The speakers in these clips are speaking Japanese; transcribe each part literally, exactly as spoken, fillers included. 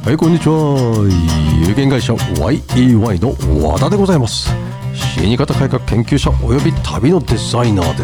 はい、こんにちは。有限会社 ワイイーワイ の和田でございます。死に方改革研究者および旅のデザイナーです。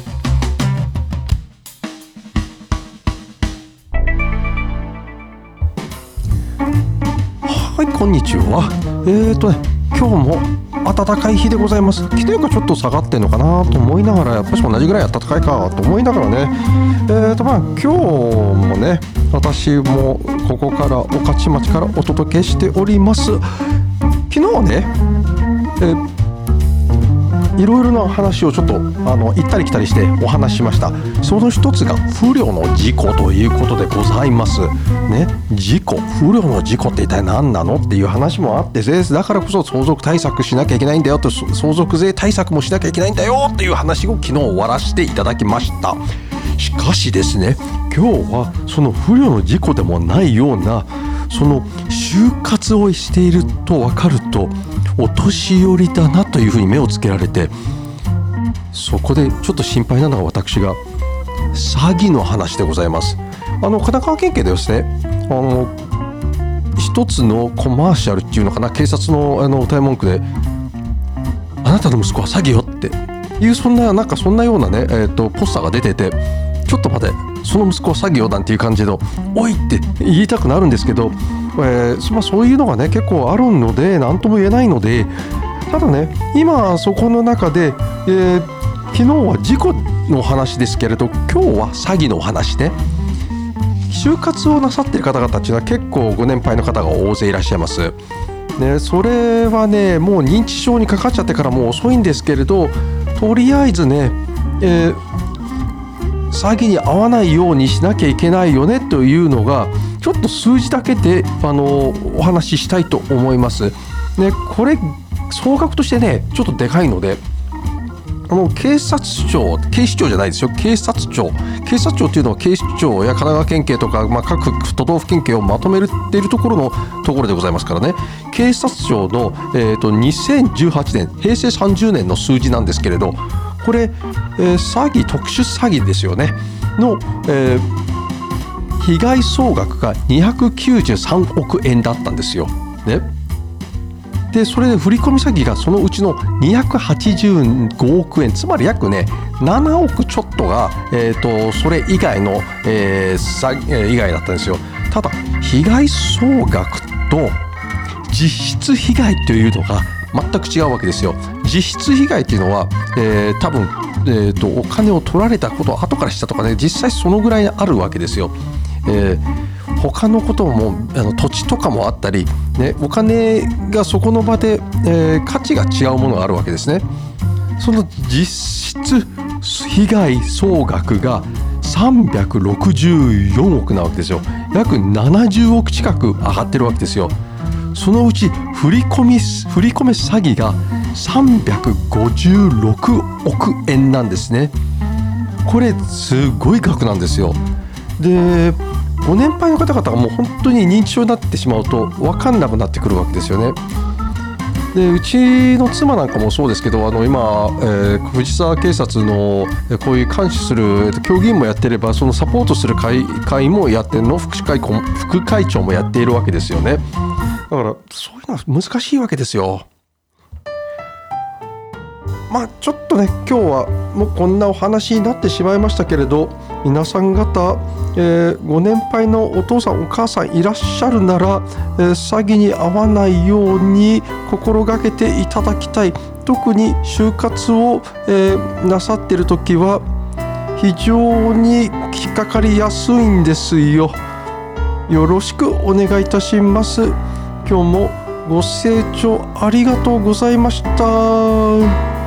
はい、こんにちは。えーとね今日も暖かい日でございます。昨日がちょっと下がってるのかなと思いながら、やっぱり同じぐらい暖かいかと思いながらね、えーとまあ今日もね、私もここから御徒町からお届けしております。昨日はね、えーいろいろな話をちょっとあの行ったり来たりしてお話ししました。その一つが不慮の事故ということでございますね。事故、不慮の事故って一体何なのっていう話もあって、だからこそ相続対策しなきゃいけないんだよと、相続税対策もしなきゃいけないんだよっていう話を昨日終わらせていただきました。しかしですね、今日はその不慮の事故でもないような、その就活をしていると分かるとお年寄りだなというふうに目をつけられて、そこでちょっと心配なのが私が詐欺の話でございます。あの神奈川県警でですね、あの一つのコマーシャルっていうのかな、警察のあの歌い文句で、あなたの息子は詐欺よっていう、そんななんかそんなようなね、えーとポスターが出てて、ちょっと待て、その息子は詐欺よなんていう感じのおいって言いたくなるんですけど、えーまあ、そういうのがね結構あるので何とも言えないので、ただね今そこの中で、えー、昨日は事故の話ですけれど、今日は詐欺の話ね。就活をなさっている方々っていうのは結構ご年配の方が大勢いらっしゃいます、ね、それはねもう認知症にかかっちゃってからもう遅いんですけれど、とりあえずね、えー詐欺に遭わないようにしなきゃいけないよねというのが、ちょっと数字だけであのお話ししたいと思います、ね、これ総額としてねちょっとでかいので、あの警察庁、警視庁じゃないですよ、警察庁警察庁っていうのは警視庁や神奈川県警とか、まあ、各都道府県警をまとめているところのところでございますからね。警察庁の、えーと、にせんじゅうはちねんへいせいさんじゅうねんの数字なんですけれど、これ、えー、詐欺、特殊詐欺ですよねの、えー、被害総額がにひゃくきゅうじゅうさんおくえんだったんですよ、ね、でそれで振込詐欺がそのうちのにひゃくはちじゅうごおくえん、つまり約ねななおくちょっとが、えーと、それ以外の、えー、詐欺、えー、以外だったんですよ。ただ被害総額と実質被害というのが全く違うわけですよ。実質被害っていうのは、えー、多分、えーと、お金を取られたことを後からしたとかね、実際そのぐらいあるわけですよ。えー、他のこともあの土地とかもあったり、ね、お金がそこの場で、えー、価値が違うものがあるわけですね。その実質被害総額がさんびゃくろくじゅうよんおくなわけですよ。約ななじゅうおく近く上がってるわけですよ。そのうち振り込み、振り込め詐欺がさんびゃくごじゅうろくおくえんなんですね。これすごい額なんですよ。でご年配の方々がもう本当に認知症になってしまうと分かんなくなってくるわけですよね。でうちの妻なんかもそうですけど、あの今、えー、藤沢警察のこういう監視する協議員もやってれば、そのサポートする会、会もやってるの、副会、副会長もやっているわけですよね。だからそういうのは難しいわけですよ。まあちょっとね今日はもうこんなお話になってしまいましたけれど、皆さん方、えー、ご年配のお父さんお母さんいらっしゃるなら、えー、詐欺に遭わないように心がけていただきたい。特に就活を、えー、なさっている時は非常に引っかかりやすいんですよ。よろしくお願いいたします。今日もご清聴ありがとうございました。